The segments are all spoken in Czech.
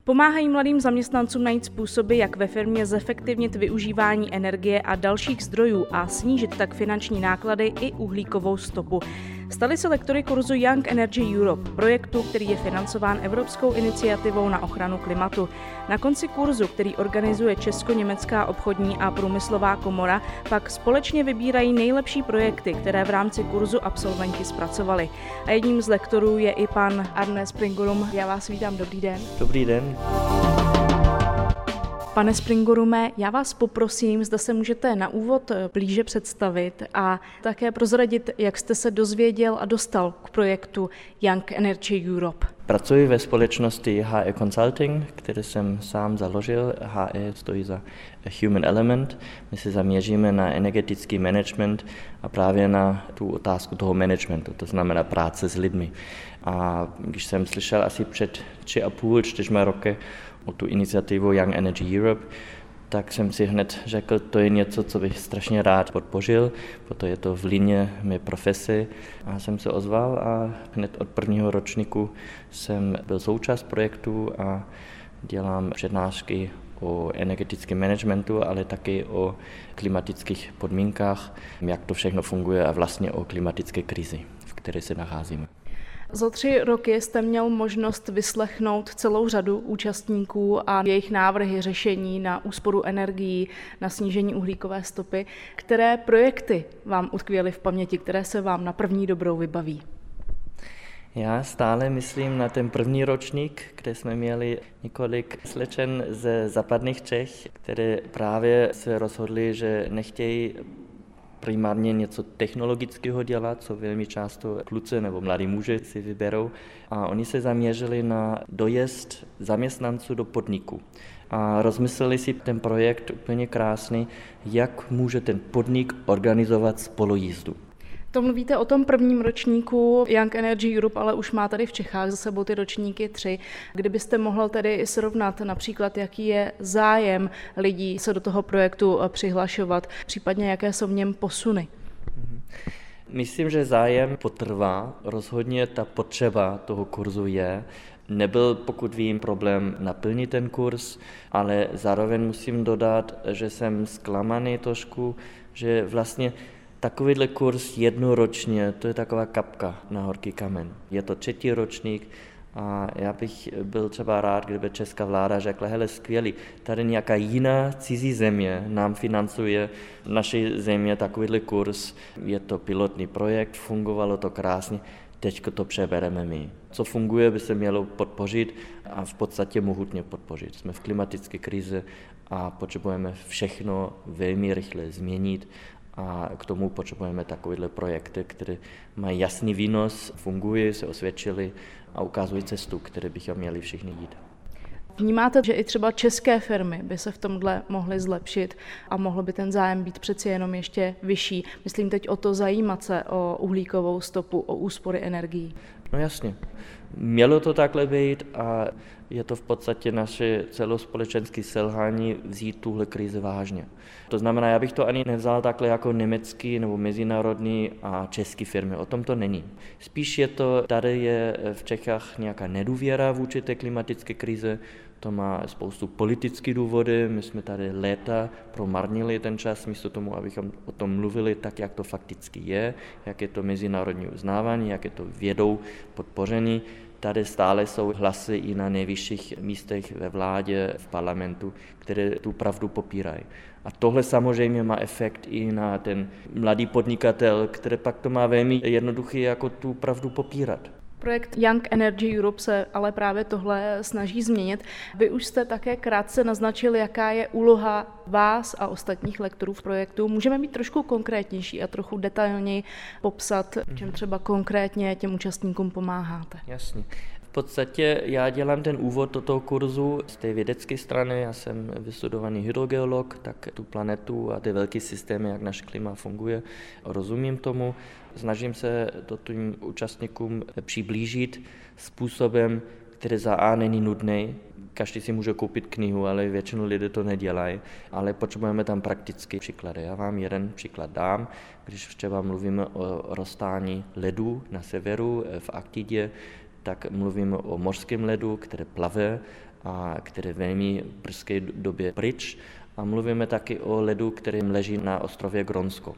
Pomáhají mladým zaměstnancům najít způsoby, jak ve firmě zefektivnit využívání energie a dalších zdrojů a snížit tak finanční náklady i uhlíkovou stopu. Stali se lektory kurzu Young Energy Europe, projektu, který je financován Evropskou iniciativou na ochranu klimatu. Na konci kurzu, který organizuje Česko-německá obchodní a průmyslová komora, pak společně vybírají nejlepší projekty, které v rámci kurzu absolventi zpracovali. A jedním z lektorů je i pan Arne Springorum. Já vás vítám, dobrý den. Dobrý den. Pane Springorume, já vás poprosím, zda se můžete na úvod blíže představit a také prozradit, jak jste se dozvěděl a dostal k projektu Young Energy Europe. Pracuji ve společnosti HE Consulting, který jsem sám založil. HE stojí za Human Element. My se zaměříme na energetický management a právě na tu otázku toho managementu, to znamená práce s lidmi. A když jsem slyšel asi před 3,5-4 roky o tu iniciativu Young Energy Europe, tak jsem si hned řekl, to je něco, co bych strašně rád podpořil, protože je to v lině mé profese. A jsem se ozval a hned od prvního ročníku jsem byl součást projektu a dělám přednášky o energetickém managementu, ale taky o klimatických podmínkách, jak to všechno funguje a vlastně o klimatické krizi, v které se nacházíme. Za 3 roky jste měl možnost vyslechnout celou řadu účastníků a jejich návrhy řešení na úsporu energií, na snížení uhlíkové stopy. Které projekty vám utkvěly v paměti, které se vám na první dobrou vybaví? Já stále myslím na ten první ročník, kde jsme měli několik slečen ze západních Čech, které právě se rozhodly, že nechtějí primárně něco technologického dělat, co velmi často kluci nebo mladí muži si vyberou. A oni se zaměřili na dojezd zaměstnanců do podniku. A rozmysleli si ten projekt úplně krásný, jak může ten podnik organizovat spolujízdu. To mluvíte o tom prvním ročníku Young Energy Europe, ale už má tady v Čechách za sebou ty ročníky 3. Kdybyste mohl tedy srovnat například, jaký je zájem lidí se do toho projektu přihlašovat, případně jaké jsou v něm posuny? Myslím, že zájem potrvá. Rozhodně ta potřeba toho kurzu je. Nebyl, pokud vím, problém naplnit ten kurz, ale zároveň musím dodat, že jsem zklamaný trošku, že vlastně takovýhle kurz jednoročně, to je taková kapka na horký kamen. Je to 3. ročník a já bych byl třeba rád, kdyby česká vláda řekla, hele, skvělý, tady nějaká jiná cizí země nám financuje naší země takovýhle kurz. Je to pilotní projekt, fungovalo to krásně, teďko to přebereme my. Co funguje, by se mělo podpořit a v podstatě mohutně podpořit. Jsme v klimatické krizi a potřebujeme všechno velmi rychle změnit. A k tomu potřebujeme takovéhle projekty, které mají jasný výnos, fungují, se osvědčily a ukazují cestu, které bychom měli všichni jít. Vnímáte, že i třeba české firmy by se v tomhle mohly zlepšit a mohl by ten zájem být přeci jenom ještě vyšší? Myslím teď o to zajímat se o uhlíkovou stopu, o úspory energií. No jasně. Mělo to takhle být a je to v podstatě naše celospolečenské selhání vzít tuhle krizi vážně. To znamená, já bych to ani nevzal takhle jako německý nebo mezinárodní a český firmy. O tom to není. Spíš je to, tady je v Čechách nějaká nedůvěra vůči té klimatické krize. To má spoustu politických důvodů. My jsme tady léta promarnili ten čas, místo tomu, abychom o tom mluvili tak, jak to fakticky je, jak je to mezinárodní uznávání, jak je to vědou podpoření. Tady stále jsou hlasy i na nejvyšších místech ve vládě, v parlamentu, které tu pravdu popírají. A tohle samozřejmě má efekt i na ten mladý podnikatel, který pak to má velmi jednoduchý jako tu pravdu popírat. Projekt Young Energy Europe se ale právě tohle snaží změnit. Vy už jste také krátce naznačili, jaká je úloha vás a ostatních lektorů v projektu. Můžeme být trošku konkrétnější a trochu detailněji popsat, v čem třeba konkrétně těm účastníkům pomáháte. Jasně. V podstatě já dělám ten úvod do toho kurzu z té vědecké strany. Já jsem vystudovaný hydrogeolog, tak tu planetu a ty velké systémy, jak náš klima funguje, rozumím tomu. Snažím se to tím účastníkům přiblížit způsobem, který za A není nudný. Každý si může koupit knihu, ale většinou lidé to nedělají. Ale potřebujeme tam praktické příklady. Já vám jeden příklad dám. Když třeba mluvíme o roztání ledu na severu v Arktidě, tak mluvíme o mořském ledu, který plave a který je velmi brzké době pryč. A mluvíme taky o ledu, který leží na ostrově Grónsko.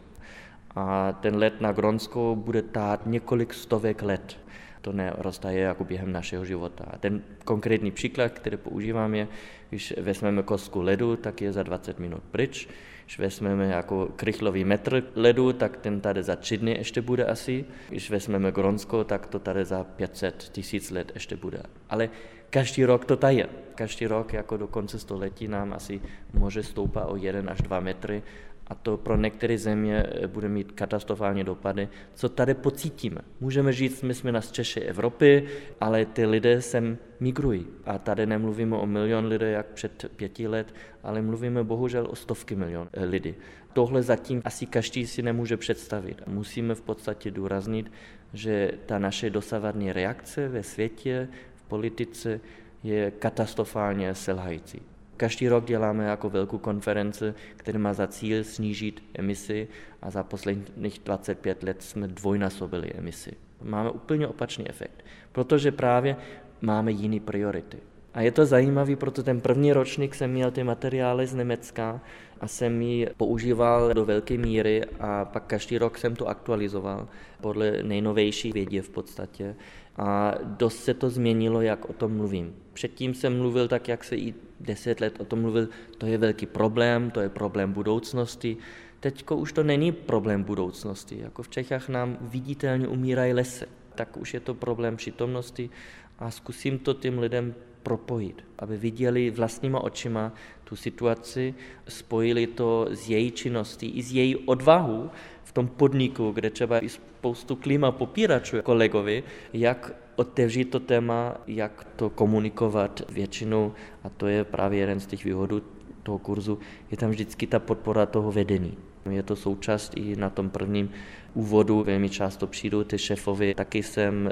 A ten led na Grónsko bude tát několik stovek let. To neroztaje jako během našeho života. A ten konkrétní příklad, který používám, je, když vezmeme kostku ledu, tak je za 20 minut pryč. Když vezmeme jako krychlový metr ledu, tak ten tady za 3 dny ještě bude asi. Když vezmeme Grónsko, tak to tady za 500 000 let ještě bude. Ale každý rok to tady je. Každý rok jako do konce století nám asi může stoupat o 1 až 2 metry. A to pro některé země bude mít katastrofální dopady, co tady pocítíme. Můžeme říct, my jsme na střeše Evropy, ale ty lidé sem migrují. A tady nemluvíme o 1 milion lidí, jak před 5 let, ale mluvíme bohužel o stovky milion lidí. Tohle zatím asi každý si nemůže představit. Musíme v podstatě důraznit, že ta naše dosavadní reakce ve světě, v politice je katastrofálně selhající. Každý rok děláme jako velkou konferenci, která má za cíl snížit emisi a za posledních 25 let jsme dvojnásobili emisi. Máme úplně opačný efekt, protože právě máme jiné priority. A je to zajímavé, protože ten první ročník jsem měl ty materiály z Německa a jsem ji používal do velké míry a pak každý rok jsem to aktualizoval podle nejnovější vědě v podstatě. A dost se to změnilo, jak o tom mluvím. Předtím jsem mluvil tak, jak se i 10 let o tom mluvil, to je velký problém, to je problém budoucnosti. Teďko už to není problém budoucnosti. Jako v Čechách nám viditelně umírají lesy, tak už je to problém přítomnosti a zkusím to těm lidem propojit, aby viděli vlastníma očima tu situaci, spojili to s její činností i s její odvahou v tom podniku, kde třeba i spoustu klima popíračů kolegovi, jak otevřít to téma, jak to komunikovat většinou, a to je právě jeden z těch výhodů toho kurzu, je tam vždycky ta podpora toho vedení. Je to součást i na tom prvním úvodu, velmi často přijdou ty šéfovi, taky jsem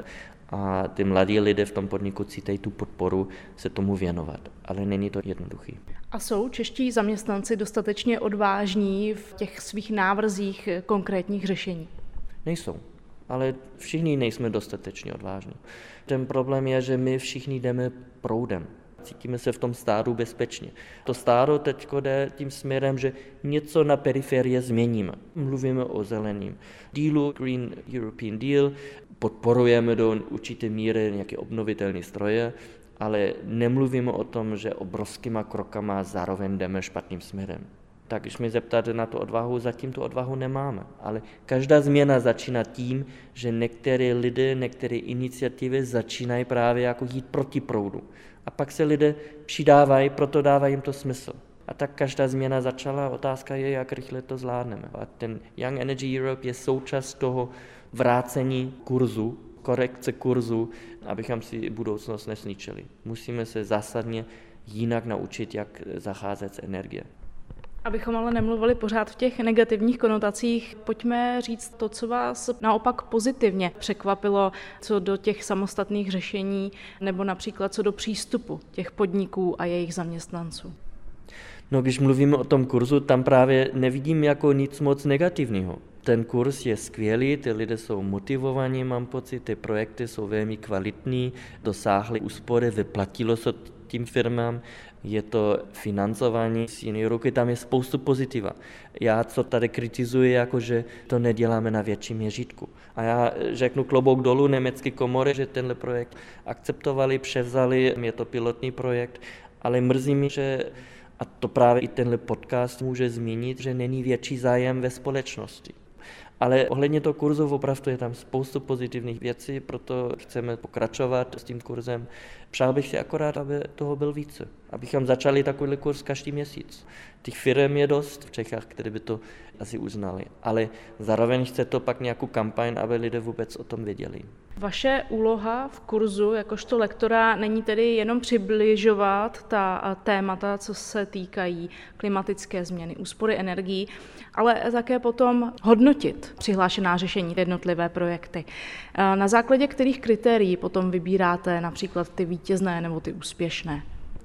a ty mladí lidé v tom podniku cítají tu podporu se tomu věnovat. Ale není to jednoduchý. A jsou čeští zaměstnanci dostatečně odvážní v těch svých návrzích konkrétních řešení? Nejsou, ale všichni nejsme dostatečně odvážní. Ten problém je, že my všichni jdeme proudem. Cítíme se v tom stádu bezpečně. To stádo teď jde tím směrem, že něco na periferii změníme. Mluvíme o zeleném dílu, Green European Deal, podporujeme do určité míry nějaké obnovitelné stroje, ale nemluvíme o tom, že obrovskýma krokama zároveň jdeme špatným směrem. Tak když mi zeptáte na tu odvahu, zatím tu odvahu nemáme. Ale každá změna začíná tím, že některé lidé, některé iniciativy začínají právě jako jít proti proudu. A pak se lidé přidávají, proto dává jim to smysl. A tak každá změna začala, otázka je, jak rychle to zvládneme. A ten Young Energy Europe je součást toho vrácení kurzu, korekce kurzu, abychom si budoucnost nesničili. Musíme se zásadně jinak naučit, jak zacházet s energie. Abychom ale nemluvili pořád v těch negativních konotacích, pojďme říct to, co vás naopak pozitivně překvapilo, co do těch samostatných řešení, nebo například co do přístupu těch podniků a jejich zaměstnanců. No, když mluvíme o tom kurzu, tam právě nevidím jako nic moc negativního. Ten kurz je skvělý, ty lidé jsou motivovaní, mám pocit, ty projekty jsou velmi kvalitní, dosáhly úspory, vyplatilo se tím firmám, je to financování z jiné ruky, tam je spoustu pozitiva. Já co tady kritizuji, jako že to neděláme na větším měřítku. A já řeknu klobouk dolů německé komory, že tenhle projekt akceptovali, převzali, je to pilotní projekt, ale mrzí mi, že a to právě i tenhle podcast může zmínit, že není větší zájem ve společnosti. Ale ohledně toho kurzu opravdu je tam spoustu pozitivních věcí, proto chceme pokračovat s tím kurzem. Přál bych si akorát, aby toho byl více, abychom začali takovýhle kurz každý měsíc. Těch firm je dost v Čechách, které by to asi uznali, ale zároveň chce to pak nějakou kampaň, aby lidé vůbec o tom věděli. Vaše úloha v kurzu jakožto lektora není tedy jenom přibližovat ta témata, co se týkají klimatické změny, úspory energií, ale také potom hodnotit přihlášená řešení, jednotlivé projekty. Na základě kterých kritérií potom vybíráte například ty vítězné nebo ty úspěšné?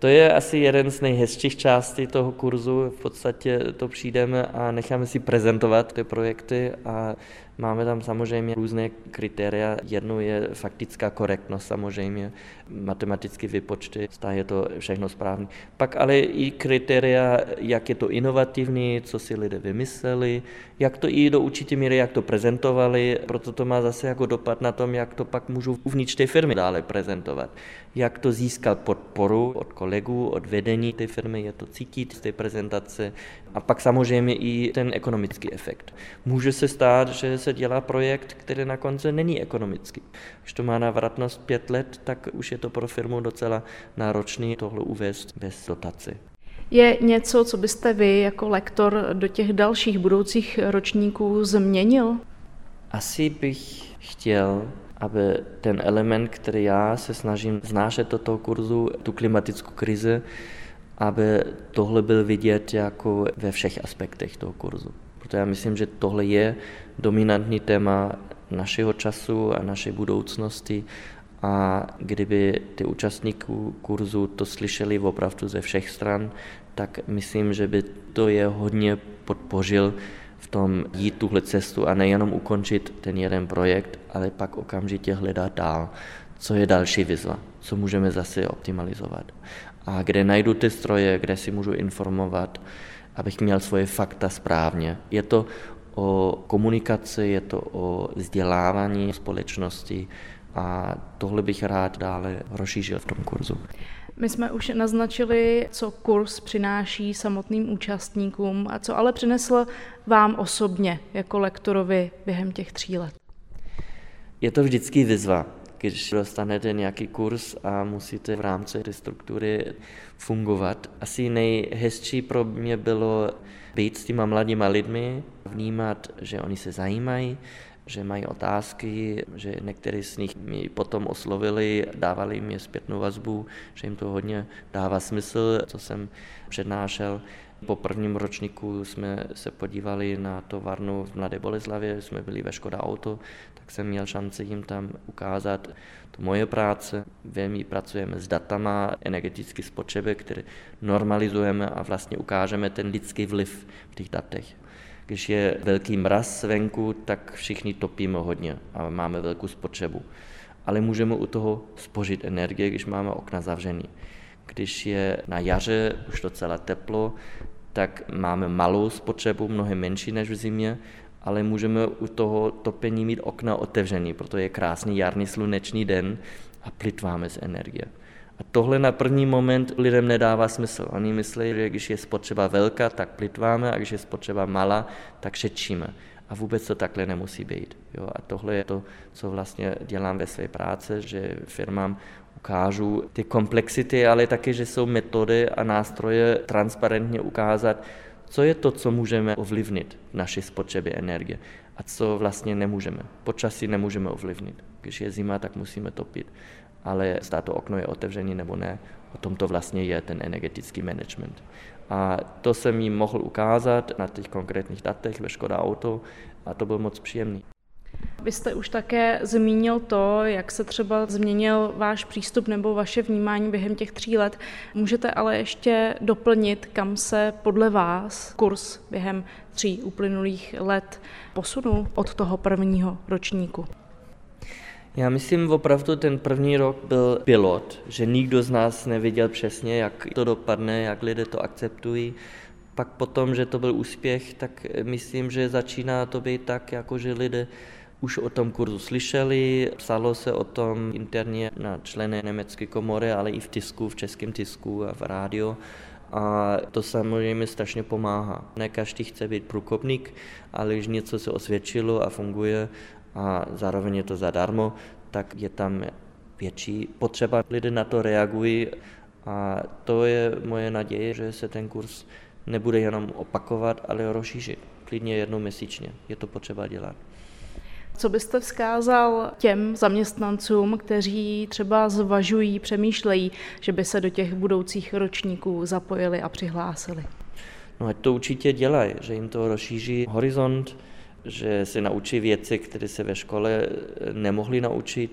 To je asi jeden z nejhezčích částí toho kurzu. V podstatě to přijdeme a necháme si prezentovat ty projekty a máme tam samozřejmě různé kritéria. Jedno je faktická korektnost samozřejmě, matematické výpočty, zda je to všechno správně. Pak ale i kritéria, jak je to inovativní, co si lidé vymysleli, jak to i do určité míry, jak to prezentovali, proto to má zase jako dopad na tom, jak to pak můžu uvnitř té firmy dále prezentovat. Jak to získat podporu od kolegů, od vedení té firmy, je to cítit z té prezentace a pak samozřejmě i ten ekonomický efekt. Může se stát, že se dělá projekt, který na konci není ekonomický. Když to má návratnost 5 let, tak už je to pro firmu docela náročný tohle uvést bez dotace. Je něco, co byste vy jako lektor do těch dalších budoucích ročníků změnil? Asi bych chtěl, aby ten element, který já se snažím znášet do toho kurzu, tu klimatickou krizi, aby tohle byl vidět jako ve všech aspektech toho kurzu. Protože já myslím, že tohle je dominantní téma našeho času a naší budoucnosti a kdyby ty účastníky kurzu to slyšeli opravdu ze všech stran, tak myslím, že by to je hodně podpořil v tom jít tuhle cestu a nejenom ukončit ten jeden projekt, ale pak okamžitě hledat dál, co je další výzva, co můžeme zase optimalizovat a kde najdu ty stroje, kde si můžu informovat, abych měl svoje fakta správně. Je to o komunikaci, je to o vzdělávání společnosti a tohle bych rád dále rozšířil v tom kurzu. My jsme už naznačili, co kurz přináší samotným účastníkům a co ale přinesl vám osobně jako lektorovi během těch 3 let. Je to vždycky výzva, když dostanete nějaký kurz a musíte v rámci té struktury fungovat. Asi nejhezčí pro mě bylo být s těma mladýma lidmi, vnímat, že oni se zajímají, že mají otázky, že někteří z nich mi potom oslovili, dávali mi zpětnou vazbu, že jim to hodně dává smysl, co jsem přednášel. Po prvním ročníku jsme se podívali na továrnu v Mladé Boleslavi, jsme byli ve Škoda Auto, tak jsem měl šanci jim tam ukázat to moje práce. Velmi pracujeme s datama energetické spotřeby, které normalizujeme a vlastně ukážeme ten lidský vliv v těch datech. Když je velký mraz venku, tak všichni topíme hodně a máme velkou spotřebu. Ale můžeme u toho spořit energie, když máme okna zavřený. Když je na jaře už docela teplo, tak máme malou spotřebu, mnohem menší než v zimě, ale můžeme u toho topení mít okna otevřený, protože je krásný jarní slunečný den a plitváme z energie. A tohle na první moment lidem nedává smysl. Oni myslí, že když je spotřeba velká, tak plitváme a když je spotřeba malá, tak šetříme. A vůbec to takhle nemusí být. Jo? A tohle je to, co vlastně dělám ve své práci, že firmám ukážu ty komplexity, ale taky, že jsou metody a nástroje transparentně ukázat, co je to, co můžeme ovlivnit v naší spotřebě energie a co vlastně nemůžeme. Počasí nemůžeme ovlivnit. Když je zima, tak musíme topit. Ale zda to okno je otevřené nebo ne, o tom to vlastně je ten energetický management. A to jsem jim mohl ukázat na těch konkrétních datech ve Škoda Auto a to bylo moc příjemný. Vy jste už také zmínil to, jak se třeba změnil váš přístup nebo vaše vnímání během těch 3 let. Můžete ale ještě doplnit, kam se podle vás kurz během 3 uplynulých let posunul od toho prvního ročníku? Já myslím opravdu ten první rok byl pilot, že nikdo z nás nevěděl přesně, jak to dopadne, jak lidé to akceptují. Pak potom, že to byl úspěch, tak myslím, že začíná to být tak, jako že lidé už o tom kurzu slyšeli, psalo se o tom interně na členy německé komory, ale i v tisku, v českém tisku a v rádiu. A to samozřejmě strašně pomáhá. Ne každý chce být průkopník, ale když něco se osvědčilo a funguje a zároveň je to zadarmo, tak je tam větší potřeba. Lidé na to reagují a to je moje naděje, že se ten kurz nebude jenom opakovat, ale rozšířit. Klidně 1 měsíčně. Je to potřeba dělat. Co byste vzkázal těm zaměstnancům, kteří třeba zvažují, přemýšlejí, že by se do těch budoucích ročníků zapojili a přihlásili? No ať to určitě dělají, že jim to rozšíří horizont, že se naučí věci, které se ve škole nemohli naučit,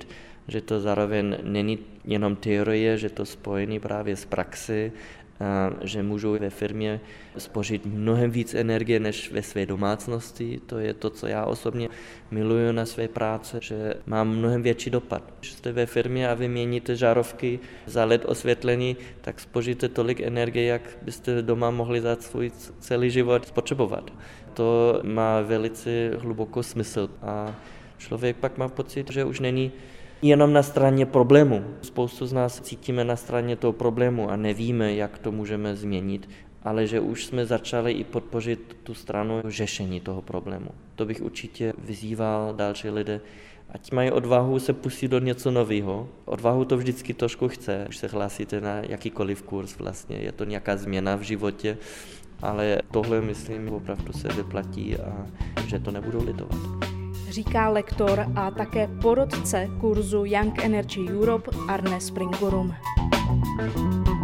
že to zároveň není jenom teorie, že to spojený právě s praxi, že můžou ve firmě spořit mnohem víc energie než ve své domácnosti. To je to, co já osobně miluju na své práci, že má mnohem větší dopad. Když jste ve firmě a vyměníte žárovky za LED osvětlení, tak spoříte tolik energie, jak byste doma mohli za svůj celý život spotřebovat. To má velice hluboký smysl a člověk pak má pocit, že už není jenom na straně problému. Spoustu z nás cítíme na straně toho problému a nevíme, jak to můžeme změnit, ale že už jsme začali i podpořit tu stranu řešení toho problému. To bych určitě vyzýval další lidé, ať mají odvahu se pustit do něco nového. Odvahu to vždycky trošku chce, když se hlásíte na jakýkoliv kurz vlastně, je to nějaká změna v životě, ale tohle, myslím, opravdu se vyplatí a že to nebudou litovat. Říká lektor a také porodce kurzu Young Energy Europe Arne Springorum.